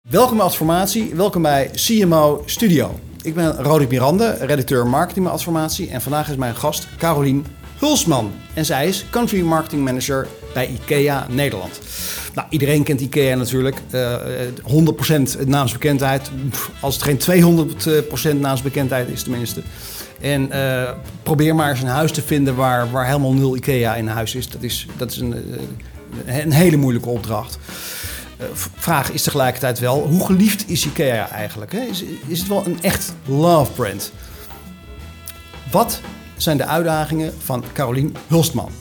Welkom bij Adformatie, welkom bij CMO Studio. Ik ben Roderick Mirande, redacteur marketing bij Adformatie en vandaag is mijn gast Carolien Hulsman. En zij is Country Marketing Manager bij IKEA Nederland. Nou, iedereen kent IKEA natuurlijk, 100% naamsbekendheid, als het geen 200% naamsbekendheid is tenminste. En probeer maar eens een huis te vinden waar helemaal nul IKEA in huis is. Dat is een hele moeilijke opdracht. Vraag is tegelijkertijd wel, hoe geliefd is IKEA eigenlijk? Hè? Is het wel een echt love brand? Wat zijn de uitdagingen van Carolien Hulsman?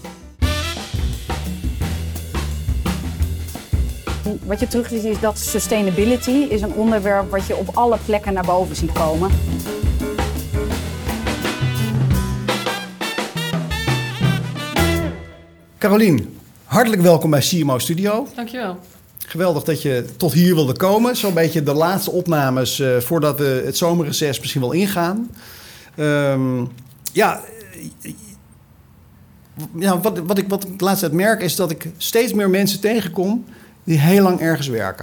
Wat je terug ziet is dat sustainability is een onderwerp wat je op alle plekken naar boven ziet komen. Carolien, hartelijk welkom bij CMO Studio. Dankjewel. Geweldig dat je tot hier wilde komen. Zo'n beetje de laatste opnames voordat we het zomerreces misschien wel ingaan. Wat ik de laatste tijd merk is dat ik steeds meer mensen tegenkom die heel lang ergens werken.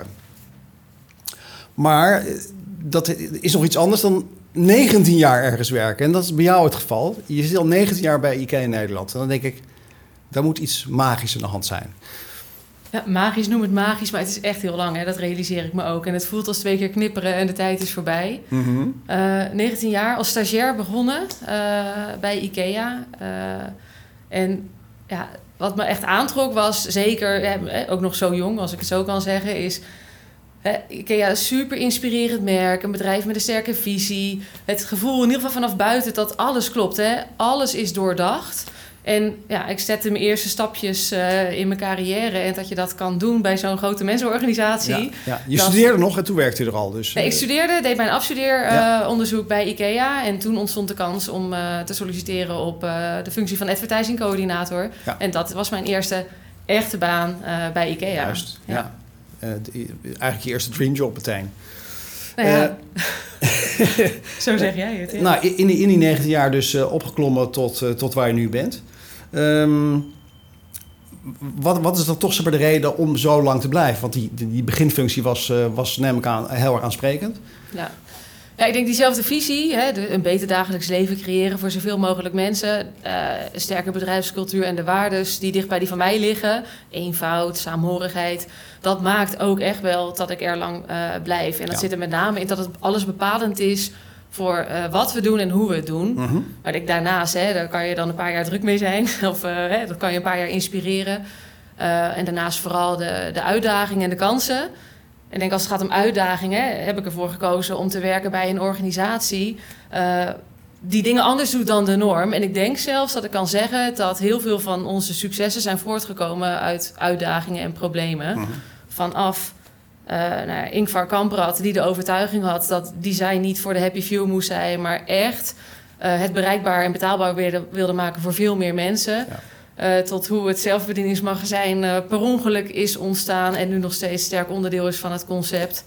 Maar dat is nog iets anders dan 19 jaar ergens werken. En dat is bij jou het geval. Je zit al 19 jaar bij IKEA Nederland. En dan denk ik, daar moet iets magisch aan de hand zijn. Ja, magisch, noem het magisch, maar het is echt heel lang. Hè? Dat realiseer ik me ook. En het voelt als 2 keer knipperen en de tijd is voorbij. 19 jaar als stagiair begonnen bij IKEA. En ja, wat me echt aantrok was zeker, ook nog zo jong als ik het zo kan zeggen, is IKEA een super inspirerend merk. Een bedrijf met een sterke visie. Het gevoel in ieder geval vanaf buiten dat alles klopt. Hè? Alles is doordacht. En ja, ik zette mijn eerste stapjes in mijn carrière. En dat je dat kan doen bij zo'n grote mensenorganisatie. Ja. Je studeerde nog en toen werkte je er al. Dus, ik studeerde, deed mijn afstudeeronderzoek bij IKEA. En toen ontstond de kans om te solliciteren op de functie van advertising coördinator. Ja. En dat was mijn eerste echte baan bij IKEA. Juist, ja. Eigenlijk je eerste dreamjob meteen. Nou ja, zo zeg jij het. Ja. Nou, in die 19 jaar dus opgeklommen tot waar je nu bent. Wat is dan toch de reden om zo lang te blijven? Want die beginfunctie was neem ik aan, heel erg aansprekend. Ja, ik denk diezelfde visie, een beter dagelijks leven creëren voor zoveel mogelijk mensen. Een sterke bedrijfscultuur en de waardes die dicht bij die van mij liggen. Eenvoud, saamhorigheid. Dat maakt ook echt wel dat ik er lang blijf. En dat zit er met name in dat het alles bepalend is voor wat we doen en hoe we het doen. Maar ik daarnaast, daar kan je dan een paar jaar druk mee zijn. Of dat kan je een paar jaar inspireren. En daarnaast vooral de uitdagingen en de kansen. Ik denk als het gaat om uitdagingen, heb ik ervoor gekozen om te werken bij een organisatie die dingen anders doet dan de norm. En ik denk zelfs dat ik kan zeggen dat heel veel van onze successen zijn voortgekomen uit uitdagingen en problemen. Vanaf Ingvar Kamprad, die de overtuiging had dat design niet voor de happy few moest zijn, maar echt het bereikbaar en betaalbaar wilde maken voor veel meer mensen. Ja. Tot hoe het zelfbedieningsmagazijn per ongeluk is ontstaan en nu nog steeds sterk onderdeel is van het concept.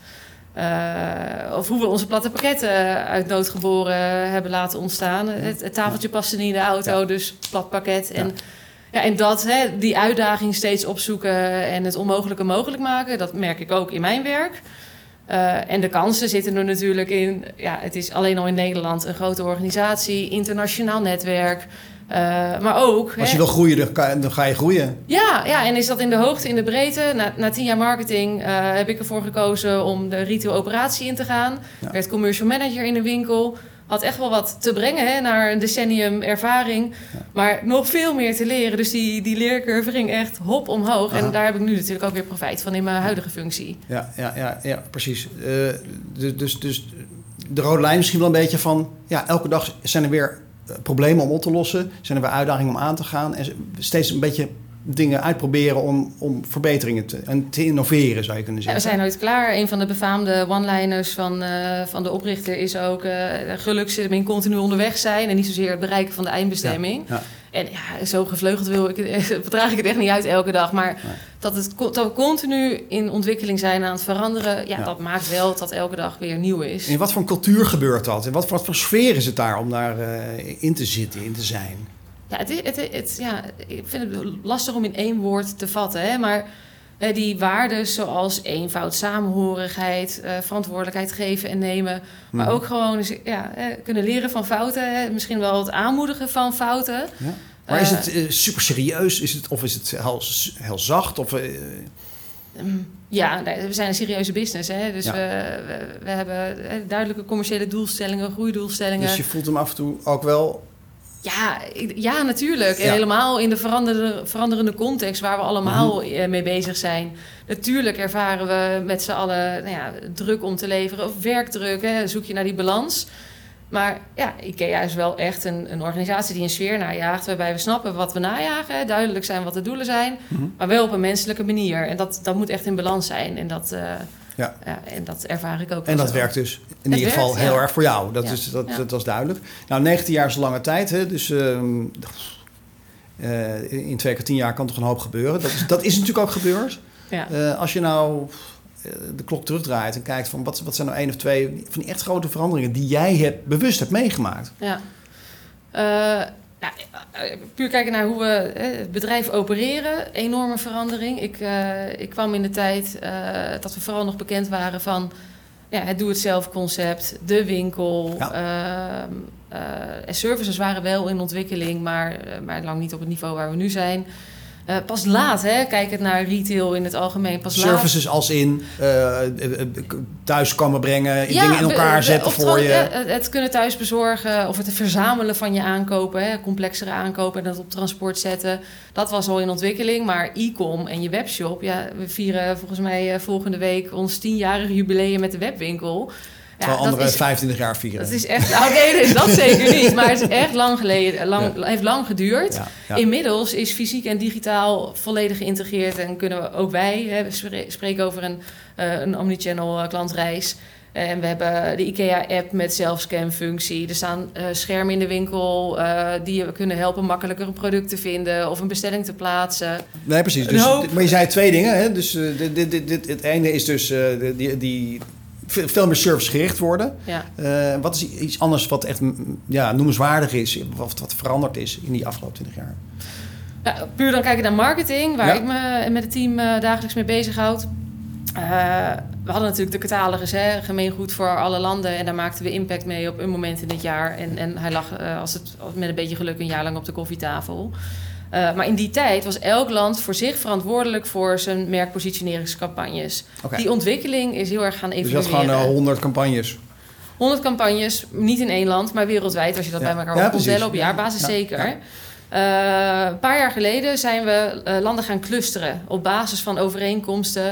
Of hoe we onze platte pakketten uit nood geboren hebben laten ontstaan. Het tafeltje paste niet in de auto, dus plat pakket. En die uitdaging steeds opzoeken en het onmogelijke mogelijk maken, dat merk ik ook in mijn werk. En de kansen zitten er natuurlijk in. Ja, het is alleen al in Nederland een grote organisatie, internationaal netwerk. Maar ook... Als je wil groeien, dan ga je groeien. Ja, en is dat in de hoogte, in de breedte. Na 10 jaar marketing heb ik ervoor gekozen om de retail operatie in te gaan. Ja. Werd commercial manager in de winkel. Had echt wel wat te brengen naar een decennium ervaring. Ja. Maar nog veel meer te leren. Dus die leercurve ging echt hop omhoog. Aha. En daar heb ik nu natuurlijk ook weer profijt van in mijn huidige functie. Ja, precies. Dus de rode lijn misschien wel een beetje van... Ja, elke dag zijn er weer problemen om op te lossen. Zijn er weer uitdagingen om aan te gaan. En steeds een beetje dingen uitproberen om verbeteringen te innoveren, zou je kunnen zeggen. Ja, we zijn nooit klaar. Een van de befaamde one-liners van de oprichter is ook... geluk zit hem in continu onderweg zijn en niet zozeer het bereiken van de eindbestemming. Ja. En ja, zo gevleugeld draag ik het echt niet uit elke dag. Maar dat we continu in ontwikkeling zijn aan het veranderen... dat maakt wel dat elke dag weer nieuw is. En in wat voor een cultuur gebeurt dat? En wat voor sfeer is het daar om daar in te zitten, in te zijn? Ja, ik vind het lastig om in één woord te vatten. Hè? Maar Die waarden zoals eenvoud, samenhorigheid, verantwoordelijkheid geven en nemen. Maar ook gewoon eens, kunnen leren van fouten. Misschien wel het aanmoedigen van fouten. Ja. Maar is het super serieus? Of is het heel zacht? Of, Ja, we zijn een serieuze business. Hè? Dus we hebben duidelijke commerciële doelstellingen, groeidoelstellingen. Dus je voelt hem af en toe ook wel... Ja, natuurlijk. En helemaal in de veranderende context waar we allemaal mee bezig zijn. Natuurlijk ervaren we met z'n allen druk om te leveren of werkdruk. Hè? Zoek je naar die balans. Maar IKEA is wel echt een organisatie die een sfeer najaagt... waarbij we snappen wat we najagen, duidelijk zijn wat de doelen zijn... maar wel op een menselijke manier. En dat moet echt in balans zijn. En dat ervaar ik ook. En dat werkt dus in ieder geval heel erg voor jou. Dat is duidelijk. Nou, 19 jaar is een lange tijd. Hè? Dus in 2 keer 10 jaar kan toch een hoop gebeuren. Dat is natuurlijk ook gebeurd. Ja. Als je nou de klok terugdraait en kijkt van wat zijn nou 1 of 2 van die echt grote veranderingen die jij bewust hebt meegemaakt. Ja. Puur kijken naar hoe we het bedrijf opereren, enorme verandering. Ik kwam in de tijd dat we vooral nog bekend waren van het doe-het-zelf concept, de winkel. En services waren wel in ontwikkeling, maar lang niet op het niveau waar we nu zijn. Pas laat, kijkend naar retail in het algemeen. Services als in thuis komen brengen, dingen in elkaar zetten voor je. Het kunnen thuis bezorgen of het verzamelen van je aankopen. Complexere aankopen en dat op transport zetten. Dat was al in ontwikkeling. Maar e-com en je webshop. We vieren volgens mij volgende week ons 10-jarig jubileum met de webwinkel. Terwijl anderen 25 jaar vieren. Dat is echt... nee, dat zeker niet. Maar het is echt lang geleden. Heeft lang geduurd. Ja. Inmiddels is fysiek en digitaal volledig geïntegreerd. En kunnen we ook wij spreken over een omnichannel klantreis. En we hebben de IKEA-app met zelfscan-functie. Er staan schermen in de winkel die je kunnen helpen makkelijker een product te vinden of een bestelling te plaatsen. Nee, precies. Dus, maar je zei 2 dingen. Hè? Dus het ene is dus die veel meer servicegericht worden. Ja. Wat is iets anders wat echt noemenswaardig is, wat veranderd is in die afgelopen 20 jaar? Ja, puur dan kijken naar marketing, waar ik me met het team dagelijks mee bezighoud. We hadden natuurlijk de catalogus, gemeengoed voor alle landen. En daar maakten we impact mee op een moment in het jaar. En hij lag met een beetje geluk een jaar lang op de koffietafel. Maar in die tijd was elk land voor zich verantwoordelijk voor zijn merkpositioneringscampagnes. Okay. Die ontwikkeling is heel erg gaan evolueren. Dus dat gewoon 100 campagnes? 100 campagnes, niet in één land, maar wereldwijd. Als je dat bij elkaar kon tellen op jaarbasis zeker. Ja. Een paar jaar geleden zijn we landen gaan clusteren op basis van overeenkomsten,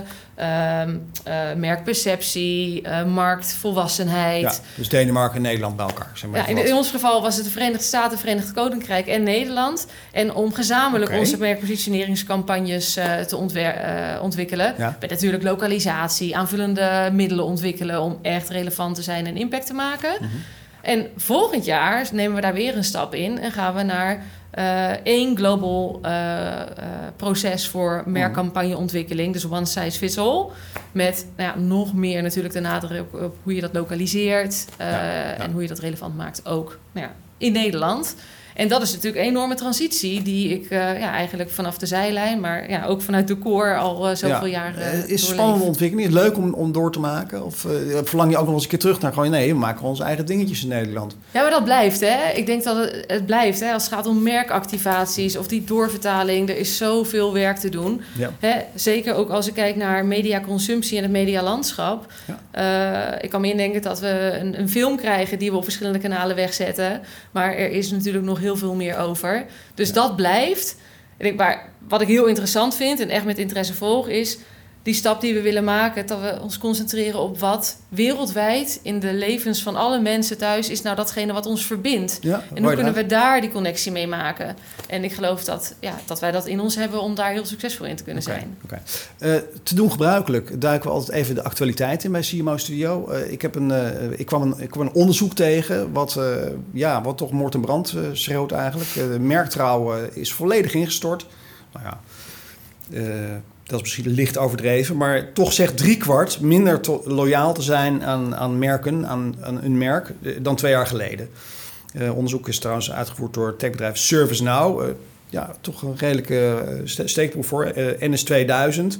merkperceptie, marktvolwassenheid. Ja, dus Denemarken en Nederland bij elkaar. Zeg maar in ons geval was het de Verenigde Staten, Verenigd Koninkrijk en Nederland. En om gezamenlijk onze merkpositioneringscampagnes te ontwikkelen. Ja. Met natuurlijk lokalisatie, aanvullende middelen ontwikkelen om echt relevant te zijn en impact te maken. Mm-hmm. En volgend jaar nemen we daar weer een stap in en gaan we naar 1 global proces voor merkcampagneontwikkeling. Dus one size fits all. Met nog meer natuurlijk de nadruk op hoe je dat lokaliseert en hoe je dat relevant maakt ook in Nederland. En dat is natuurlijk een enorme transitie die ik eigenlijk vanaf de zijlijn, maar ook vanuit de core al zoveel jaren is spannende ontwikkeling. Is het leuk om door te maken? Of verlang je ook nog eens een keer terug naar gewoon we maken onze eigen dingetjes in Nederland? Ja, maar dat blijft. Ik denk dat het blijft. Als het gaat om merkactivaties of die doorvertaling. Er is zoveel werk te doen. Ja. Zeker ook als ik kijk naar mediaconsumptie en het medialandschap. Ja. Ik kan me indenken dat we een film krijgen die we op verschillende kanalen wegzetten. Maar er is natuurlijk nog heel veel meer over. Dus dat blijft. Maar wat ik heel interessant vind en echt met interesse volg is die stap die we willen maken, dat we ons concentreren op wat wereldwijd in de levens van alle mensen thuis is nou datgene wat ons verbindt. Ja, en hoe kunnen we daar die connectie mee maken? En ik geloof dat wij dat in ons hebben om daar heel succesvol in te kunnen zijn. Okay. Te doen gebruikelijk duiken we altijd even de actualiteit in bij CMO Studio. Ik kwam een onderzoek tegen wat toch moord en brand schreeuwt eigenlijk. De merktrouw is volledig ingestort. Nou ja, dat is misschien licht overdreven, maar toch zegt 3/4 minder loyaal te zijn aan merken, aan een merk, dan 2 jaar geleden. Onderzoek is trouwens uitgevoerd door het techbedrijf ServiceNow. Toch een redelijke steekproef voor. NS 2000.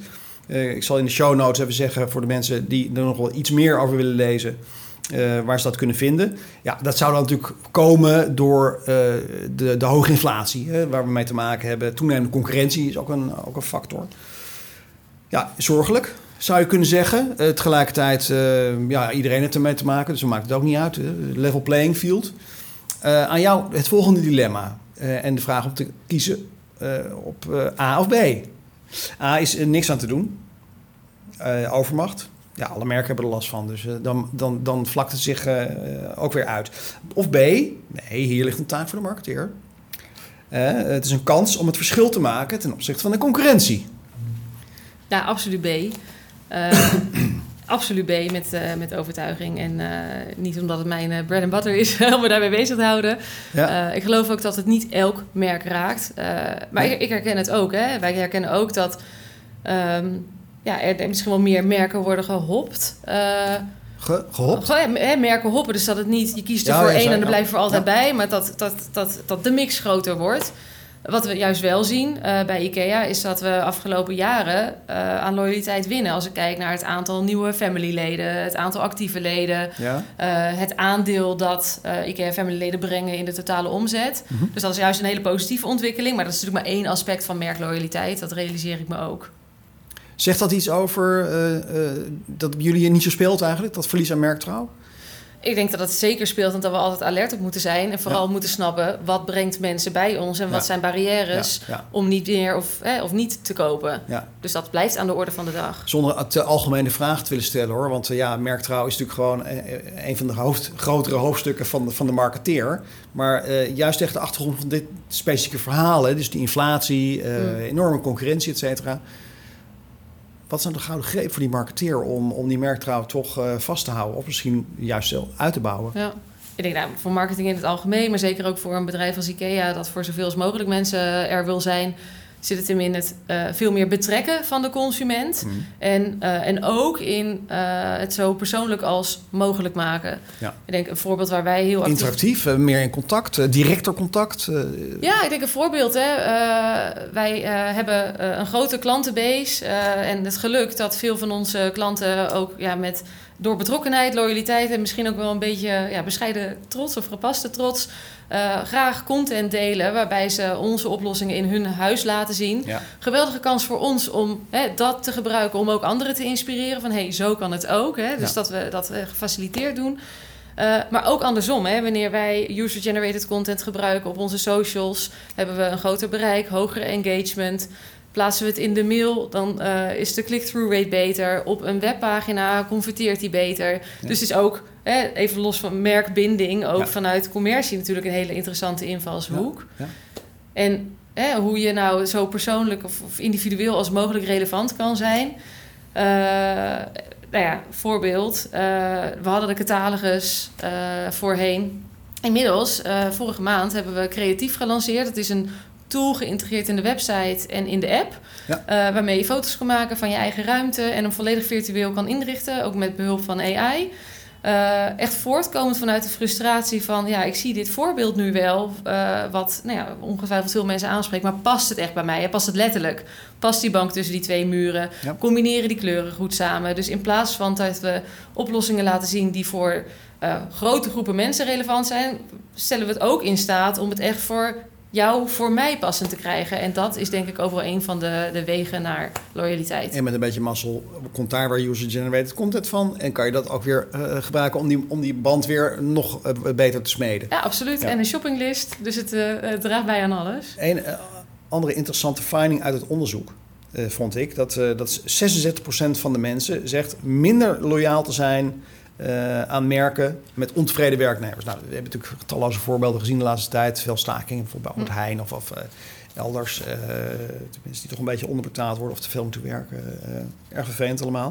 Ik zal in de show notes even zeggen voor de mensen die er nog wel iets meer over willen lezen, waar ze dat kunnen vinden. Ja, dat zou dan natuurlijk komen door de hoge inflatie, waar we mee te maken hebben. Toenemende concurrentie is ook een factor. Ja, zorgelijk zou je kunnen zeggen. Tegelijkertijd, iedereen heeft ermee te maken, dus dat maakt het ook niet uit. Level playing field. Aan jou het volgende dilemma. En de vraag om te kiezen op A of B. A is niks aan te doen. Overmacht. Ja, alle merken hebben er last van. Dus dan vlakt het zich ook weer uit. Of B. Nee, hier ligt een taak voor de marketeer. Het is een kans om het verschil te maken ten opzichte van de concurrentie. Ja, absoluut B. Absoluut B met overtuiging. En niet omdat het mijn bread and butter is om me daarbij bezig te houden. Ja. Ik geloof ook dat het niet elk merk raakt. Maar ik herken het ook. Hè. Wij herkennen ook dat er misschien wel meer merken worden gehopt. Gehopt? Merken hoppen. Dus dat het niet, je kiest er voor één en dan blijf je voor altijd bij. Maar dat de mix groter wordt. Wat we juist wel zien bij IKEA is dat we afgelopen jaren aan loyaliteit winnen. Als ik kijk naar het aantal nieuwe family-leden, het aantal actieve leden, het aandeel dat IKEA family-leden brengen in de totale omzet. Mm-hmm. Dus dat is juist een hele positieve ontwikkeling. Maar dat is natuurlijk maar één aspect van merkloyaliteit. Dat realiseer ik me ook. Zegt dat iets over dat jullie hier niet zo speelt eigenlijk, dat verlies aan merktrouw? Ik denk dat het zeker speelt en dat we altijd alert op moeten zijn. En vooral moeten snappen, wat brengt mensen bij ons en wat zijn barrières om niet meer of niet te kopen. Ja. Dus dat blijft aan de orde van de dag. Zonder te algemene vraag te willen stellen hoor. Want merktrouw is natuurlijk gewoon een van de grotere hoofdstukken van de marketeer. Maar juist tegen de achtergrond van dit specifieke verhaal, dus die inflatie, enorme concurrentie, et cetera. Wat is nou de gouden greep voor die marketeer om die merktrouw toch vast te houden? Of misschien juist uit te bouwen? Ja. Ik denk voor marketing in het algemeen, maar zeker ook voor een bedrijf als IKEA, dat voor zoveel als mogelijk mensen er wil zijn, zit het hem in het veel meer betrekken van de consument. Mm. En ook in het zo persoonlijk als mogelijk maken. Ja. Ik denk een voorbeeld waar wij heel actief... Interactief, meer in contact, directer contact. Ja, ik denk een voorbeeld. Wij hebben een grote klantenbase. En het geluk dat veel van onze klanten ook door betrokkenheid, loyaliteit en misschien ook wel een beetje bescheiden trots of gepaste trots graag content delen waarbij ze onze oplossingen in hun huis laten zien. Ja. Geweldige kans voor ons om dat te gebruiken om ook anderen te inspireren van zo kan het ook. Dus dat we dat gefaciliteerd doen. Maar ook andersom, wanneer wij user-generated content gebruiken op onze socials, hebben we een groter bereik, hogere engagement. Plaatsen we het in de mail, dan is de click-through rate beter. Op een webpagina converteert die beter. Ja. Dus het is ook, even los van merkbinding, ook vanuit commercie natuurlijk een hele interessante invalshoek. Ja. Ja. En hoe je nou zo persoonlijk of individueel als mogelijk relevant kan zijn. Voorbeeld. We hadden de catalogus voorheen. Inmiddels, vorige maand, hebben we Creatief gelanceerd. Dat is een tool geïntegreerd in de website en in de app. Ja. Waarmee je foto's kan maken van je eigen ruimte en hem volledig virtueel kan inrichten. Ook met behulp van AI. Echt voortkomend vanuit de frustratie van ik zie dit voorbeeld nu wel, wat ongetwijfeld veel mensen aanspreekt, maar past het echt bij mij? Past het letterlijk? Past die bank tussen die twee muren? Ja. Combineren die kleuren goed samen? Dus in plaats van dat we oplossingen laten zien die voor grote groepen mensen relevant zijn, stellen we het ook in staat om het echt voor mij passend te krijgen. En dat is denk ik overal een van de wegen naar loyaliteit. En met een beetje mazzel komt daar waar user-generated content van. En kan je dat ook weer gebruiken om die band weer nog beter te smeden. Ja, absoluut. Ja. En een shoppinglist. Dus het draagt bij aan alles. Een andere interessante finding uit het onderzoek vond ik. Dat 66% van de mensen zegt minder loyaal te zijn aan merken met ontevreden werknemers. Nou, we hebben natuurlijk talloze voorbeelden gezien de laatste tijd. Veel stakingen, bijvoorbeeld bij Albert Heijn of elders. Tenminste, die toch een beetje onderbetaald worden of te veel moeten werken. Erg vervelend allemaal.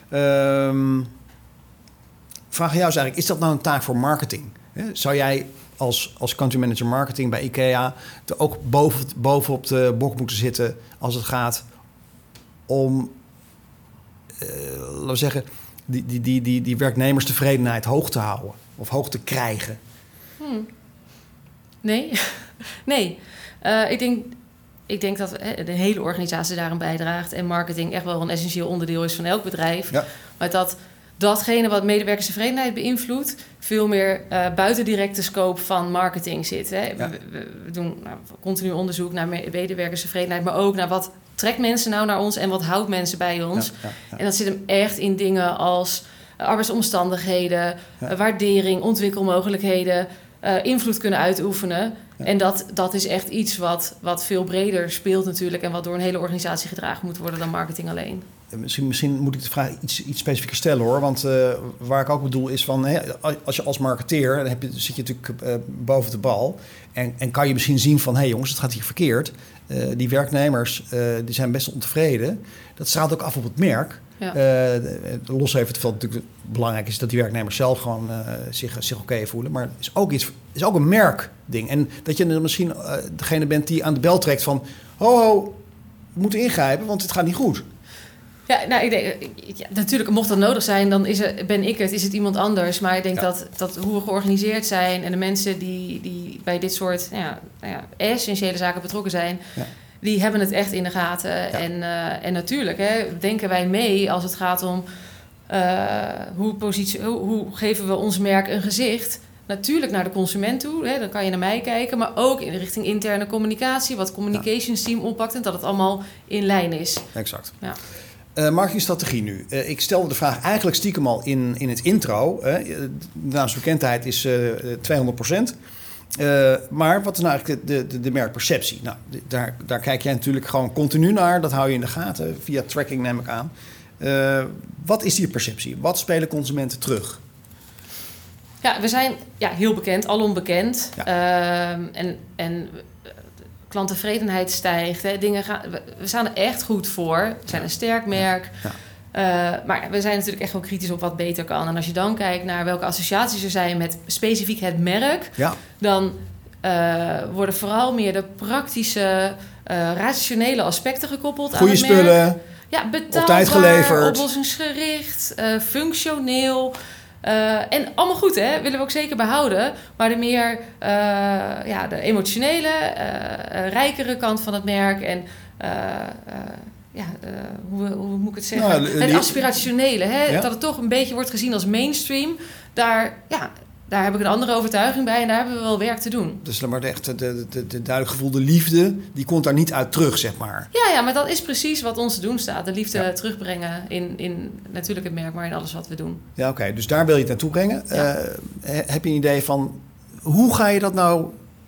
Vraag aan jou is eigenlijk, is dat nou een taak voor marketing? Zou jij als country manager marketing bij IKEA er ook bovenop de bok moeten zitten als het gaat om, laten we zeggen, die werknemerstevredenheid hoog te houden of hoog te krijgen? Nee. Nee. Ik denk ik denk dat de hele organisatie daaraan bijdraagt en marketing echt wel een essentieel onderdeel is van elk bedrijf. Ja. Maar datgene wat medewerkerstevredenheid beïnvloedt, veel meer buiten directe scope van marketing zit. Hè. Ja. We doen continu onderzoek naar medewerkerstevredenheid, maar ook naar wat trekt mensen nou naar ons en wat houdt mensen bij ons. Ja. En dat zit hem echt in dingen als arbeidsomstandigheden, waardering, ontwikkelmogelijkheden, invloed kunnen uitoefenen. Ja. En dat is echt iets wat veel breder speelt natuurlijk en wat door een hele organisatie gedragen moet worden dan marketing alleen. Misschien moet ik de vraag iets specifieker stellen hoor. Want waar ik ook bedoel is van, als je als marketeer, dan zit je natuurlijk boven de bal. En kan je misschien zien van, jongens, het gaat hier verkeerd. Die werknemers die zijn best ontevreden. Dat straalt ook af op het merk. Ja. Los even terwijl het natuurlijk belangrijk is dat die werknemers zelf gewoon zich oké voelen. Maar het is ook een merkding. En dat je misschien degene bent die aan de bel trekt van, ho, we moeten ingrijpen, want het gaat niet goed. Ja, nou, ik denk, natuurlijk, mocht dat nodig zijn, dan is het iemand anders. Maar ik denk dat hoe we georganiseerd zijn en de mensen die bij dit soort essentiële zaken betrokken zijn, die hebben het echt in de gaten. Ja. En natuurlijk denken wij mee als het gaat om hoe geven we ons merk een gezicht. Natuurlijk naar de consument toe, dan kan je naar mij kijken, maar ook in de richting interne communicatie, wat communications team oppakt en dat het allemaal in lijn is. Exact. Ja. Marketingstrategie nu. Ik stelde de vraag eigenlijk stiekem al in het intro. De naamsbekendheid is 200%. Maar wat is nou eigenlijk de merkperceptie? Nou, daar kijk jij natuurlijk gewoon continu naar. Dat hou je in de gaten. Via tracking neem ik aan. Wat is die perceptie? Wat spelen consumenten terug? Ja, we zijn heel bekend, alom bekend. Ja. En klanttevredenheid stijgt. We staan er echt goed voor. We zijn een sterk merk. Ja. Maar we zijn natuurlijk echt wel kritisch op wat beter kan. En als je dan kijkt naar welke associaties er zijn met specifiek het merk, dan worden vooral meer de praktische, rationele aspecten gekoppeld aan het merk. Goede spullen, betaalbaar, op tijd geleverd, oplossingsgericht, functioneel. En allemaal goed, willen we ook zeker behouden. Maar de meer de emotionele, rijkere kant van het merk en hoe moet ik het zeggen? Nou, het aspirationele, dat het toch een beetje wordt gezien als mainstream. Daar heb ik een andere overtuiging bij en daar hebben we wel werk te doen. Dus maar echt de duidelijk gevoelde liefde, die komt daar niet uit terug, zeg maar. Ja, maar dat is precies wat ons te doen staat. De liefde terugbrengen in natuurlijk het merk, maar in alles wat we doen. Ja, oké. Dus daar wil je het naartoe brengen. Ja. Heb je een idee van, hoe ga je dat nou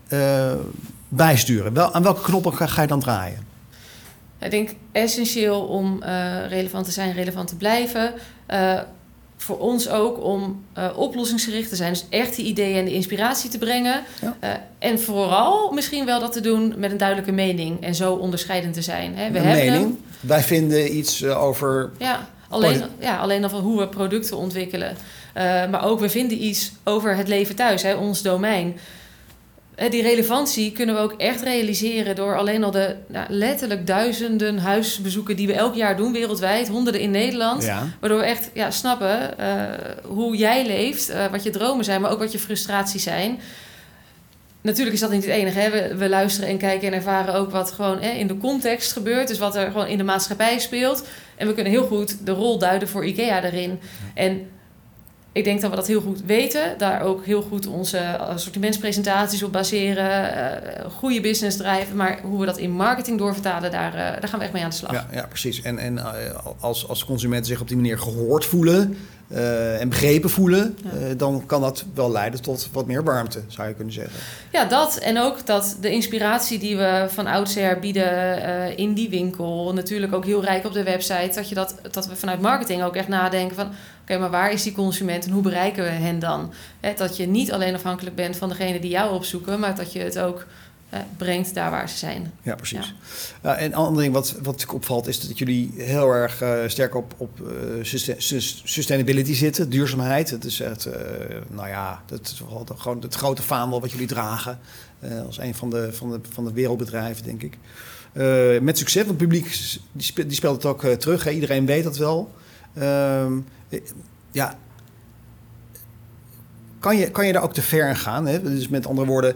bijsturen? Aan welke knoppen ga je dan draaien? Ik denk essentieel om relevant te zijn, relevant te blijven. Voor ons ook om oplossingsgericht te zijn. Dus echt die ideeën en de inspiratie te brengen. Ja. En vooral misschien wel dat te doen met een duidelijke mening. En zo onderscheidend te zijn. Mening? Wij vinden iets over... Alleen over hoe we producten ontwikkelen. Maar ook we vinden iets over het leven thuis. Ons domein. Die relevantie kunnen we ook echt realiseren door alleen al de letterlijk duizenden huisbezoeken die we elk jaar doen wereldwijd, honderden in Nederland. Ja. Waardoor we echt snappen hoe jij leeft, wat je dromen zijn, maar ook wat je frustraties zijn. Natuurlijk is dat niet het enige. We luisteren en kijken en ervaren ook wat gewoon in de context gebeurt. Dus wat er gewoon in de maatschappij speelt. En we kunnen heel goed de rol duiden voor IKEA daarin. Ja. En ik denk dat we dat heel goed weten. Daar ook heel goed onze assortimentspresentaties op baseren. Goede business drijven. Maar hoe we dat in marketing doorvertalen, daar gaan we echt mee aan de slag. Ja, precies. En als consumenten zich op die manier gehoord voelen en begrepen voelen, dan kan dat wel leiden tot wat meer warmte, zou je kunnen zeggen. Ja, dat. En ook dat de inspiratie die we van oudsher bieden in die winkel, natuurlijk ook heel rijk op de website, dat we vanuit marketing ook echt nadenken van, oké, maar waar is die consument en hoe bereiken we hen dan? Dat je niet alleen afhankelijk bent van degene die jou opzoeken, maar dat je het ook brengt daar waar ze zijn. Ja, precies. Ja. En een ander ding wat ik opvalt is dat jullie heel erg sterk op sustainability zitten, duurzaamheid. Het is echt, dat is gewoon het grote vaandel wat jullie dragen als een van de wereldbedrijven, denk ik. Met succes, want het publiek die speelt het ook terug. Hè? Iedereen weet dat wel. kan je daar ook te ver in gaan? Hè? Dus met andere woorden,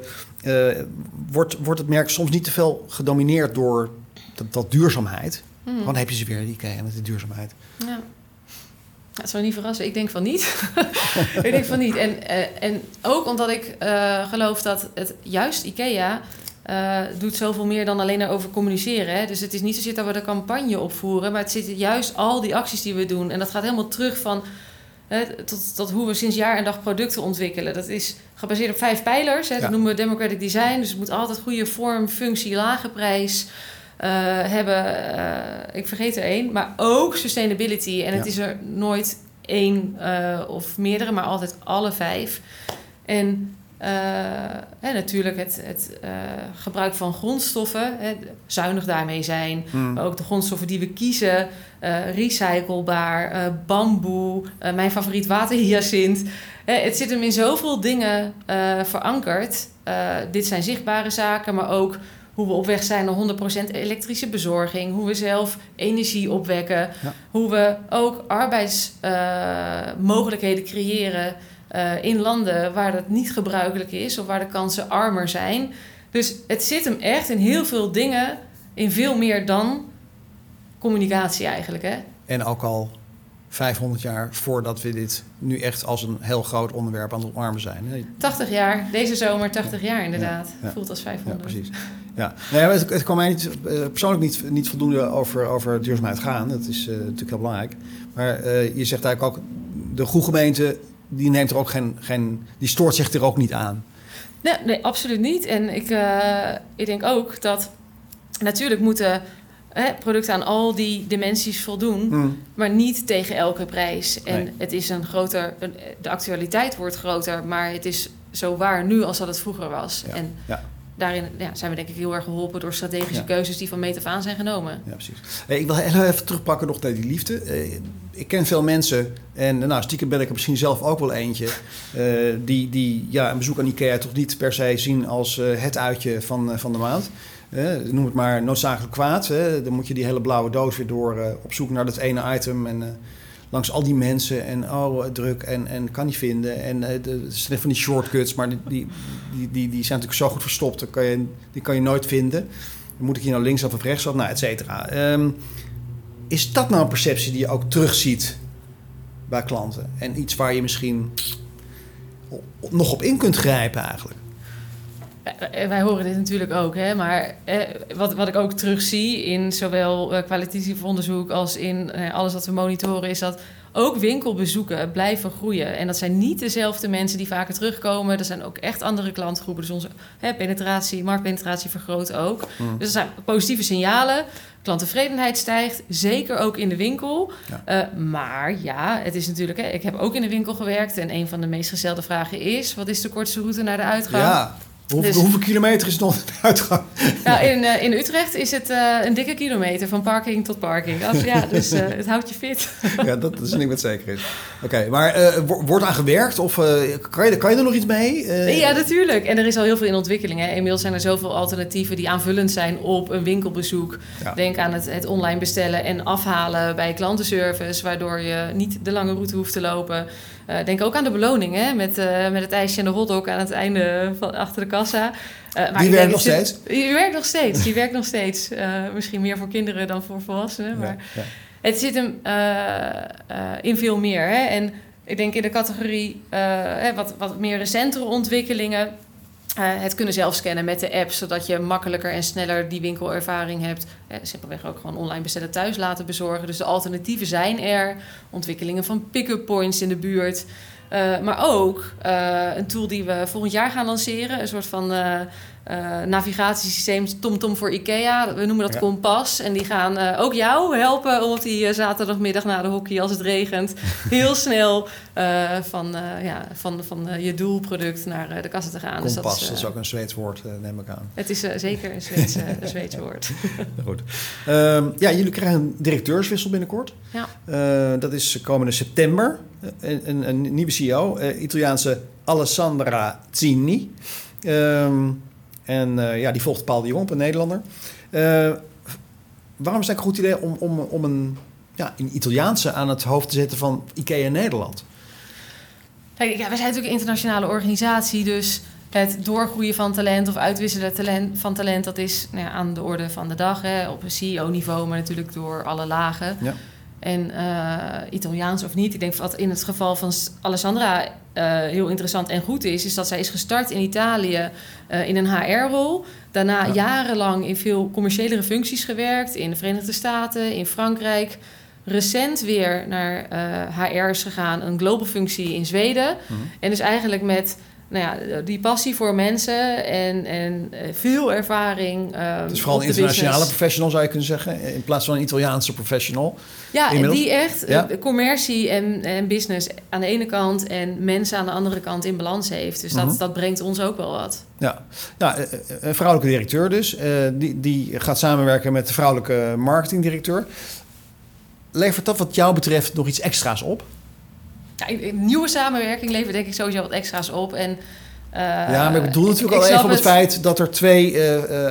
wordt het merk soms niet te veel gedomineerd door dat duurzaamheid? Dan heb je ze weer, die IKEA met de duurzaamheid. Ja. Dat zou niet verrassen. Ik denk van niet. Ik denk van niet. En ook omdat ik geloof dat het juist IKEA doet zoveel meer dan alleen erover communiceren. Hè? Dus het is niet zozeer dat we de campagne opvoeren, maar het zit juist al die acties die we doen. En dat gaat helemaal terug van tot hoe we sinds jaar en dag producten ontwikkelen. Dat is gebaseerd op 5 pijlers. Hè? Dat noemen we democratic design. Dus het moet altijd goede vorm, functie, lage prijs hebben. Ik vergeet er 1. Maar ook sustainability. En het is er nooit 1 of meerdere, maar altijd alle 5. En natuurlijk het gebruik van grondstoffen, zuinig daarmee zijn. Maar ook de grondstoffen die we kiezen, recyclebaar, bamboe, mijn favoriet waterhyacint. Het zit hem in zoveel dingen verankerd. Dit zijn zichtbare zaken, maar ook hoe we op weg zijn naar 100% elektrische bezorging. Hoe we zelf energie opwekken. Ja. Hoe we ook arbeidsmogelijkheden creëren in landen waar dat niet gebruikelijk is of waar de kansen armer zijn. Dus het zit hem echt in heel veel dingen, in veel meer dan communicatie eigenlijk. Hè? En ook al 500 jaar voordat we dit nu echt als een heel groot onderwerp aan het omarmen zijn. Hè? 80 jaar, deze zomer 80 jaar inderdaad. Ja. Voelt als 500. Ja, precies. Ja. Nee, het kan mij persoonlijk niet voldoende over duurzaamheid gaan. Dat is natuurlijk heel belangrijk. Maar je zegt eigenlijk ook, de goede gemeente die neemt er ook die stoort zich er ook niet aan. Nee, absoluut niet. En ik denk ook dat natuurlijk moeten producten aan al die dimensies voldoen, maar niet tegen elke prijs. En het is de actualiteit wordt groter, maar het is zo waar nu als dat het vroeger was. Ja. En daarin zijn we denk ik heel erg geholpen door strategische keuzes die van meet af aan zijn genomen. Ja, precies. Ik wil heel even terugpakken nog naar die liefde. Ik ken veel mensen, en stiekem ben ik er misschien zelf ook wel eentje, die een bezoek aan IKEA toch niet per se zien als het uitje van de maand. Noem het maar noodzakelijk kwaad. Dan moet je die hele blauwe doos weer door op zoek naar dat ene item en langs al die mensen en druk en kan niet vinden. En het zijn van die shortcuts, maar die zijn natuurlijk zo goed verstopt. Die kan je nooit vinden. Dan moet ik hier nou linksaf of rechtsaf, et cetera. Is dat nou een perceptie die je ook terugziet bij klanten? En iets waar je misschien nog op in kunt grijpen eigenlijk? Wij horen dit natuurlijk ook, hè? Maar wat ik ook terugzie in zowel kwalitatief onderzoek als in alles wat we monitoren, is dat ook winkelbezoeken blijven groeien. En dat zijn niet dezelfde mensen die vaker terugkomen. Er zijn ook echt andere klantgroepen. Dus onze marktpenetratie vergroot ook. Dus er zijn positieve signalen. Klanttevredenheid stijgt, zeker ook in de winkel. Ja. Maar het is natuurlijk... ik heb ook in de winkel gewerkt en een van de meest gestelde vragen is, wat is de kortste route naar de uitgang? Ja. Hoeveel kilometer is het nog de uitgang? Ja, in Utrecht is het een dikke kilometer van parking tot parking. Dus het houdt je fit. Ja, dat is niet wat zeker is. Oké, maar wordt aan gewerkt? Of kan je er nog iets mee? Ja, natuurlijk. En er is al heel veel in ontwikkeling. Hè. Inmiddels zijn er zoveel alternatieven die aanvullend zijn op een winkelbezoek. Ja. Denk aan het online bestellen en afhalen bij klantenservice, waardoor je niet de lange route hoeft te lopen. Denk ook aan de beloning, hè? Met het ijsje en de hotdog aan het einde achter de kassa. Die werkt nog steeds? Die werkt nog steeds. Misschien meer voor kinderen dan voor volwassenen. Maar het zit hem in veel meer. Hè? En ik denk in de categorie wat meer recentere ontwikkelingen. Het kunnen zelf scannen met de app, zodat je makkelijker en sneller die winkelervaring hebt. Simpelweg ook gewoon online bestellen thuis laten bezorgen. Dus de alternatieven zijn er. Ontwikkelingen van pick-up points in de buurt. Maar ook een tool die we volgend jaar gaan lanceren. Een soort van navigatiesysteem TomTom voor IKEA. We noemen dat Kompas. En die gaan ook jou helpen om op die zaterdagmiddag na de hockey, als het regent, heel snel van je doelproduct naar de kassa te gaan. Kompas, dus dat is ook een Zweeds woord, neem ik aan. Het is zeker een Zweeds woord. Goed. Jullie krijgen een directeurswissel binnenkort. Ja. Dat is komende september. Een nieuwe CEO, Italiaanse Alessandra Zini. Die volgt Paul de Jong op, een Nederlander. Waarom is het een goed idee om een Italiaanse aan het hoofd te zetten van IKEA Nederland? Kijk, we zijn natuurlijk een internationale organisatie, dus het doorgroeien van talent of uitwisselen van talent, dat is aan de orde van de dag. Hè, op een CEO-niveau, maar natuurlijk door alle lagen. Ja. En Italiaans of niet, ik denk wat in het geval van Alessandra heel interessant en goed is dat zij is gestart in Italië in een HR-rol. Daarna jarenlang in veel commerciëlere functies gewerkt, in de Verenigde Staten, in Frankrijk. Recent weer naar HR is gegaan, een global functie in Zweden. En dus eigenlijk met die passie voor mensen en veel ervaring. Dus vooral een internationale professional zou je kunnen zeggen, in plaats van een Italiaanse professional. Ja, en die echt commercie en business aan de ene kant en mensen aan de andere kant in balans heeft. Dus dat brengt ons ook wel wat. Ja, een vrouwelijke directeur dus. Die gaat samenwerken met de vrouwelijke marketingdirecteur. Levert dat wat jou betreft nog iets extra's op? Een nieuwe samenwerking levert denk ik sowieso wat extra's op. En, maar ik bedoel natuurlijk al even op het feit dat er 2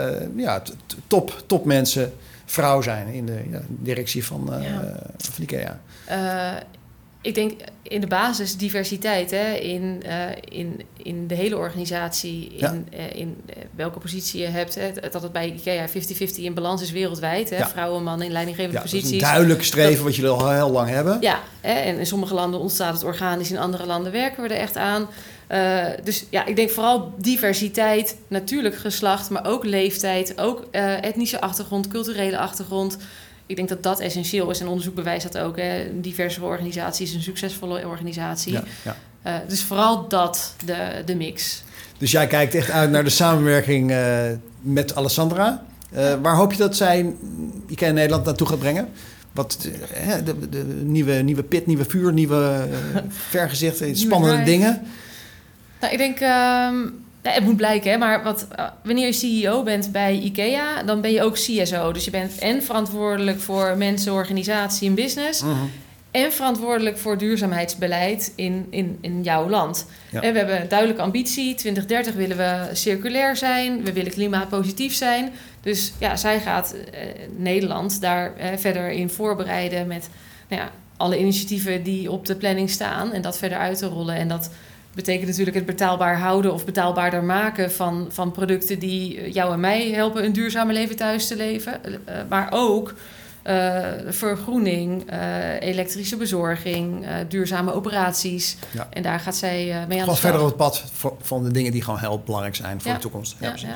topmensen vrouw zijn in de directie van IKEA. Ik denk in de basis diversiteit in de hele organisatie, in welke positie je hebt. Dat het bij IKEA 50-50 in balans is wereldwijd. Vrouwen en mannen in leidinggevende posities. Dat is een duidelijk streven wat jullie al heel lang hebben. Ja, en in sommige landen ontstaat het organisch, in andere landen werken we er echt aan. Dus ik denk vooral diversiteit, natuurlijk geslacht, maar ook leeftijd, ook etnische achtergrond, culturele achtergrond. Ik denk dat dat essentieel is en onderzoek bewijst dat ook. Hè. Een diverse organisatie is een succesvolle organisatie. Dus vooral dat, de mix. Dus jij kijkt echt uit naar de samenwerking met Alessandra. Waar hoop je dat zij IKEA Nederland naartoe gaat brengen? Wat de nieuwe pit, nieuwe vuur, nieuwe vergezichten, spannende dingen? Nou, ik denk... het moet blijken, hè, maar wanneer je CEO bent bij IKEA, dan ben je ook CSO. Dus je bent en verantwoordelijk voor mensen, organisatie en business. En verantwoordelijk voor duurzaamheidsbeleid in jouw land. Ja. En we hebben een duidelijke ambitie. 2030 willen we circulair zijn. We willen klimaatpositief zijn. Dus zij gaat Nederland daar verder in voorbereiden met alle initiatieven die op de planning staan. En dat verder uit te rollen. En dat betekent natuurlijk het betaalbaar houden of betaalbaarder maken van producten die jou en mij helpen een duurzame leven thuis te leven. Maar ook vergroening, elektrische bezorging, duurzame operaties. Ja. En daar gaat zij mee aan de slag. Gewoon verder op het pad van de dingen die gewoon heel belangrijk zijn voor de toekomst. Ja, precies.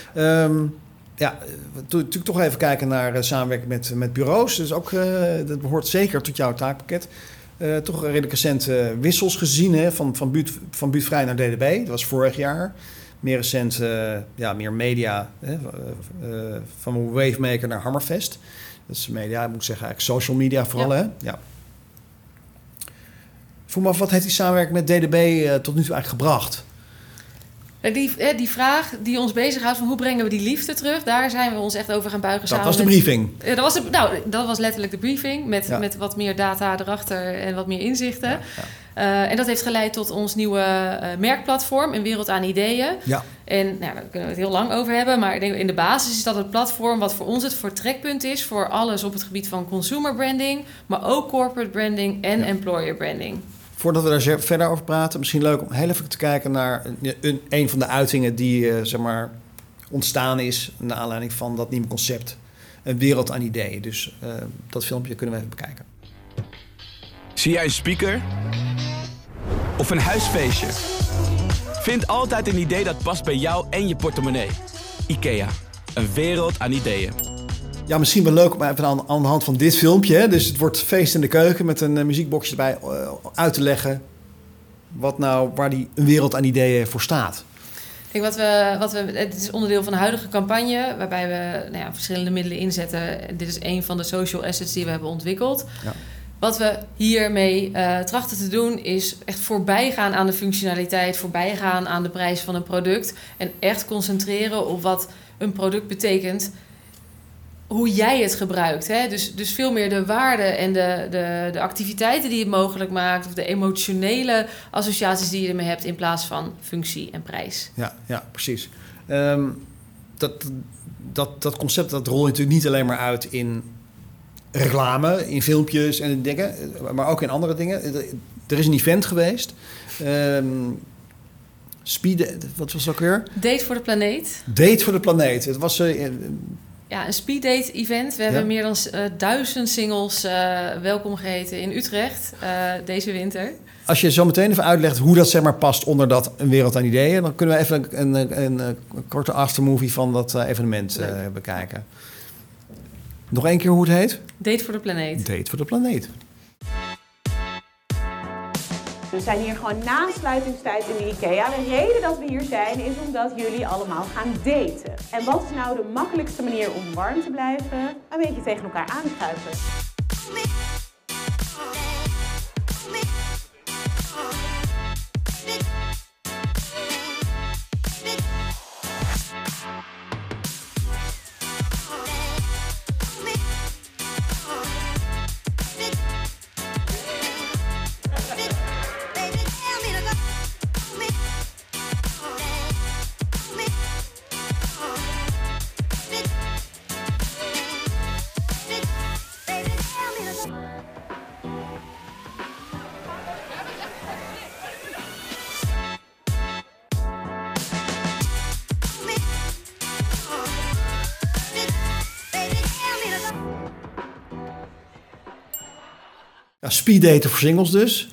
Natuurlijk toch even kijken naar samenwerking met bureaus. Dus ook, dat behoort zeker tot jouw taakpakket. Toch redelijk recent wissels gezien, hè, van buurtvrij naar DDB. Dat was vorig jaar. Meer recent, meer media. Van Wavemaker naar Hammerfest. Dat is media, ik moet zeggen, eigenlijk social media vooral. Ja. Hè? Ja. Voel me af, wat heeft die samenwerking met DDB tot nu toe eigenlijk gebracht? Die vraag die ons bezighoudt van hoe brengen we die liefde terug, daar zijn we ons echt over gaan buigen. Dat was de briefing. Dat was letterlijk de briefing met wat meer data erachter en wat meer inzichten. Ja. En dat heeft geleid tot ons nieuwe merkplatform, Een Wereld aan Ideeën. Ja. En daar kunnen we het heel lang over hebben, maar ik denk in de basis is dat het platform wat voor ons het vertrekpunt is voor alles op het gebied van consumer branding, maar ook corporate branding en employer branding. Voordat we daar verder over praten, misschien leuk om heel even te kijken naar een van de uitingen die ontstaan is naar aanleiding van dat nieuwe concept. Een wereld aan ideeën. Dus dat filmpje kunnen we even bekijken. Zie jij een speaker? Of een huisfeestje? Vind altijd een idee dat past bij jou en je portemonnee. IKEA, een wereld aan ideeën. Ja, misschien wel leuk om even aan de hand van dit filmpje. Hè? Dus het wordt feest in de keuken met een muziekboxje erbij uit te leggen waar die een wereld aan ideeën voor staat. Kijk, het is onderdeel van de huidige campagne, waarbij we verschillende middelen inzetten. Dit is een van de social assets die we hebben ontwikkeld. Ja. Wat we hiermee trachten te doen is echt voorbijgaan aan de functionaliteit, voorbijgaan aan de prijs van een product en echt concentreren op wat een product betekent, hoe jij het gebruikt. Hè? Dus veel meer de waarde en de activiteiten die het mogelijk maakt, of de emotionele associaties die je ermee hebt in plaats van functie en prijs. Ja, precies. Dat concept dat rol je natuurlijk niet alleen maar uit in reclame, in filmpjes en dingen, maar ook in andere dingen. Er is een event geweest. Wat was het ook weer? Date voor de planeet. Date voor de planeet. Het was... Ja, een speeddate event. We hebben meer dan 1000 singles welkom geheten in Utrecht deze winter. Als je zo meteen even uitlegt hoe dat zeg maar past onder dat Een Wereld aan Ideeën... dan kunnen we even een korte aftermovie van dat evenement bekijken. Nog één keer hoe het heet? Date voor de planeet. Date voor de planeet. We zijn hier gewoon na sluitingstijd in de IKEA. De reden dat we hier zijn is omdat jullie allemaal gaan daten. En wat is nou de makkelijkste manier om warm te blijven? Een beetje tegen elkaar aankruipen. Ja, speeddaten voor singles dus.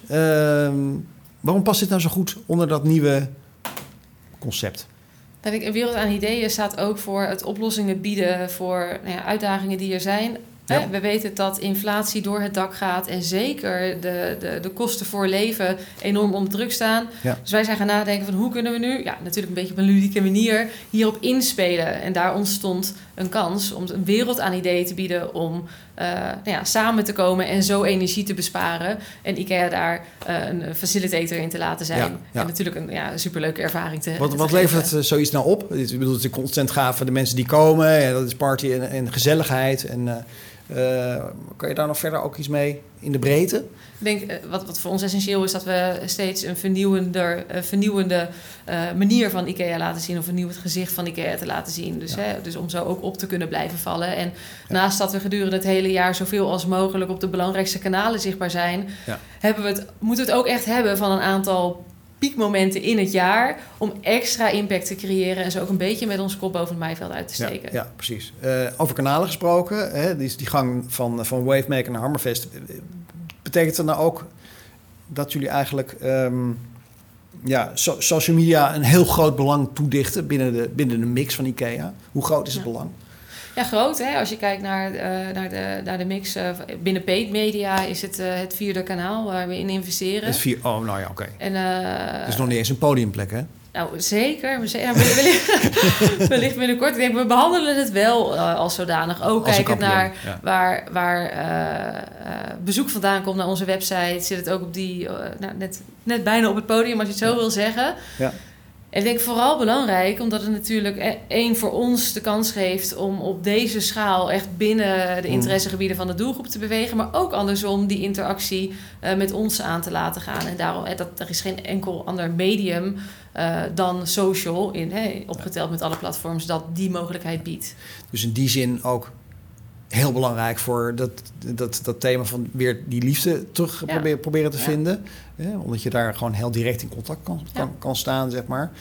Waarom past dit nou zo goed onder dat nieuwe concept? Een Wereld aan Ideeën staat ook voor het oplossingen bieden voor uitdagingen die er zijn. Ja. We weten dat inflatie door het dak gaat en zeker de kosten voor leven enorm onder druk staan. Ja. Dus wij zijn gaan nadenken van hoe kunnen we nu, natuurlijk een beetje op een ludieke manier, hierop inspelen. En daar ontstond een kans om een wereld aan ideeën te bieden om samen te komen en zo energie te besparen. En IKEA daar een facilitator in te laten zijn. Ja, ja. En natuurlijk een superleuke ervaring te Wat levert het zoiets nou op? Ik bedoel, het is constant gaaf voor de mensen die komen. Ja, dat is party en gezelligheid. En kan je daar nog verder ook iets mee in de breedte? Ik denk, wat voor ons essentieel is, dat we steeds een vernieuwende manier van IKEA laten zien, of een vernieuwend gezicht van IKEA te laten zien. Dus, dus om zo ook op te kunnen blijven vallen. En naast dat we gedurende het hele jaar zoveel als mogelijk op de belangrijkste kanalen zichtbaar zijn, moeten we het ook echt hebben van een aantal piekmomenten in het jaar om extra impact te creëren en zo ook een beetje met ons kop boven het maaiveld uit te steken. Ja, precies. Over kanalen gesproken, hè, die gang van Wavemaker naar Hammerfest. Betekent dat nou ook dat jullie eigenlijk social media een heel groot belang toedichten binnen de mix van IKEA? Hoe groot is het belang? Ja, groot. Hè? Als je kijkt naar de mix binnen paid media is het vierde kanaal waar we in investeren. Oké. En het is nog niet eens een podiumplek, hè? Nou, zeker. Wellicht binnenkort. Ik denk, we behandelen het wel als zodanig. Ook als kijkend naar waar bezoek vandaan komt naar onze website. Zit het ook op die, net bijna op het podium, als je het zo wil zeggen. Ja. En ik denk vooral belangrijk, omdat het natuurlijk voor ons de kans geeft om op deze schaal echt binnen de interessegebieden van de doelgroep te bewegen, maar ook andersom die interactie met ons aan te laten gaan. En daarom, er is geen enkel ander medium dan social, opgeteld met alle platforms, dat die mogelijkheid biedt. Dus in die zin ook heel belangrijk voor dat thema van weer die liefde terug proberen te vinden. Omdat je daar gewoon heel direct in contact kan staan, zeg maar.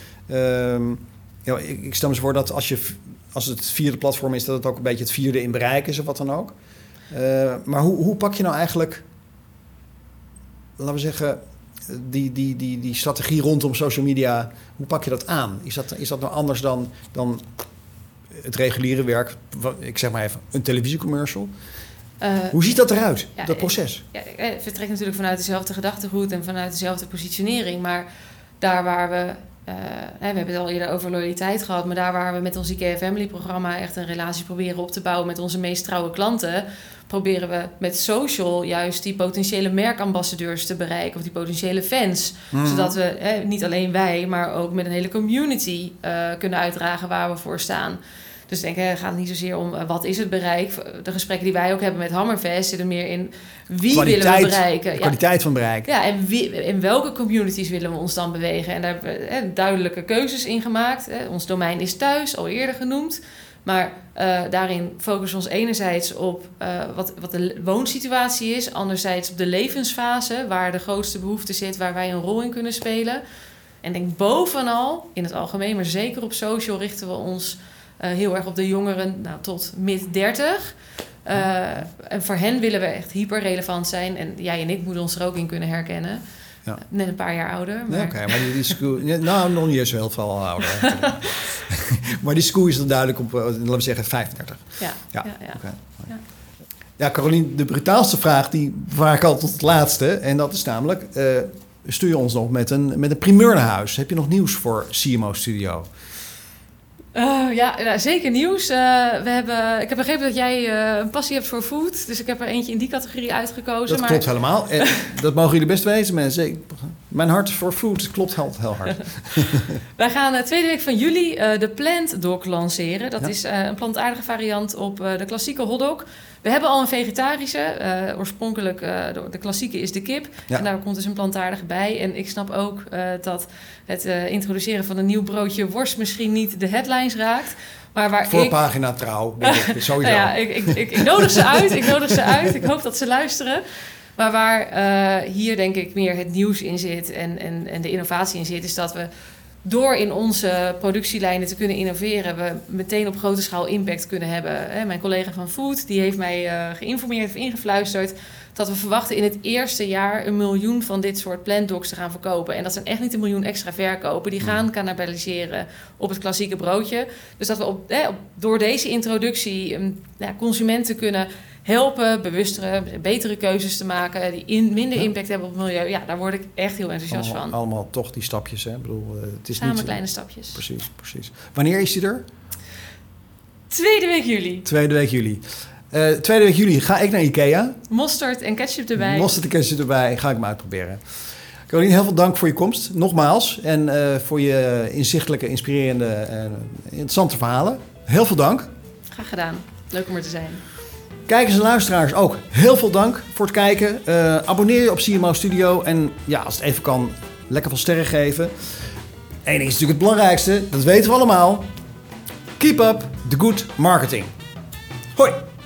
Ik stel me zo voor dat als het vierde platform is, dat het ook een beetje het vierde in bereik is of wat dan ook. Maar hoe pak je nou eigenlijk, laten we zeggen, die strategie rondom social media, hoe pak je dat aan? Is dat nou anders dan het reguliere werk, ik zeg maar even, een televisiecommercial? Hoe ziet dat eruit, dat proces? Het vertrekt natuurlijk vanuit dezelfde gedachtegoed en vanuit dezelfde positionering. Maar daar waar we hebben het al eerder over loyaliteit gehad, maar daar waar we met ons IKEA Family-programma echt een relatie proberen op te bouwen met onze meest trouwe klanten, proberen we met social juist die potentiële merkambassadeurs te bereiken, of die potentiële fans. Zodat we, niet alleen wij, maar ook met een hele community kunnen uitdragen waar we voor staan. Dus ik denk, het gaat niet zozeer om wat is het bereik. De gesprekken die wij ook hebben met Hammerfest zitten meer in wie willen we bereiken. De kwaliteit van bereik. Ja, en in welke communities willen we ons dan bewegen? En daar hebben we duidelijke keuzes in gemaakt. Ons domein is thuis, al eerder genoemd. Maar daarin focussen we ons enerzijds op wat de woonsituatie is. Anderzijds op de levensfase, waar de grootste behoefte zit, waar wij een rol in kunnen spelen. En denk bovenal, in het algemeen, maar zeker op social, richten we ons heel erg op de jongeren tot mid-30. En voor hen willen we echt hyperrelevant zijn. En jij en ik moeten ons er ook in kunnen herkennen. Ja. Net een paar jaar ouder. Maar... Oké, maar die school... Nou, nog niet eens heel veel ouder. Maar die school is dan duidelijk op, laten we zeggen, 35. Ja. Okay. Ja, Carolien, de brutaalste vraag, die waar ik al tot het laatste. En dat is namelijk, stuur je ons nog met een primeur naar huis. Heb je nog nieuws voor CMO Studio? Zeker nieuws. Ik heb begrepen dat jij een passie hebt voor food. Dus ik heb er eentje in die categorie uitgekozen. Dat klopt helemaal. En dat mogen jullie best weten, mensen. Mijn hart voor food klopt heel hard. Wij gaan tweede week van juli de Plant Dog lanceren. Dat is een plantaardige variant op de klassieke hotdog. We hebben al een vegetarische. Oorspronkelijk, de klassieke is de kip. Ja. En daar komt dus een plantaardige bij. En ik snap ook dat het introduceren van een nieuw broodje worst misschien niet de headlines raakt. Maar waar Voorpagina Trouw, denk ik, sowieso. Ik nodig ze uit. Ik hoop dat ze luisteren. Maar waar hier denk ik meer het nieuws in zit en de innovatie in zit, is dat we door in onze productielijnen te kunnen innoveren, we meteen op grote schaal impact kunnen hebben. Mijn collega van Food die heeft mij geïnformeerd of ingefluisterd dat we verwachten in het eerste jaar 1 miljoen van dit soort plantdogs te gaan verkopen. En dat zijn echt niet 1 miljoen extra verkopen. Die gaan cannibaliseren op het klassieke broodje. Dus dat we door deze introductie consumenten kunnen helpen, bewustere, betere keuzes te maken, die minder impact hebben op het milieu. Ja, daar word ik echt heel enthousiast van. Allemaal toch die stapjes, hè? Ik bedoel, het is samen niet kleine stapjes. Precies. Wanneer is die er? Tweede week juli. Tweede week juli ga ik naar Ikea. Mosterd en ketchup erbij. Ga ik me uitproberen. Carolien, heel veel dank voor je komst. Nogmaals. En voor je inzichtelijke, inspirerende en interessante verhalen. Heel veel dank. Graag gedaan. Leuk om er te zijn. Kijkers en luisteraars ook heel veel dank voor het kijken. Abonneer je op CMO Studio. En ja, als het even kan, lekker veel sterren geven. Eén ding is natuurlijk het belangrijkste. Dat weten we allemaal. Keep up the good marketing. Hoi!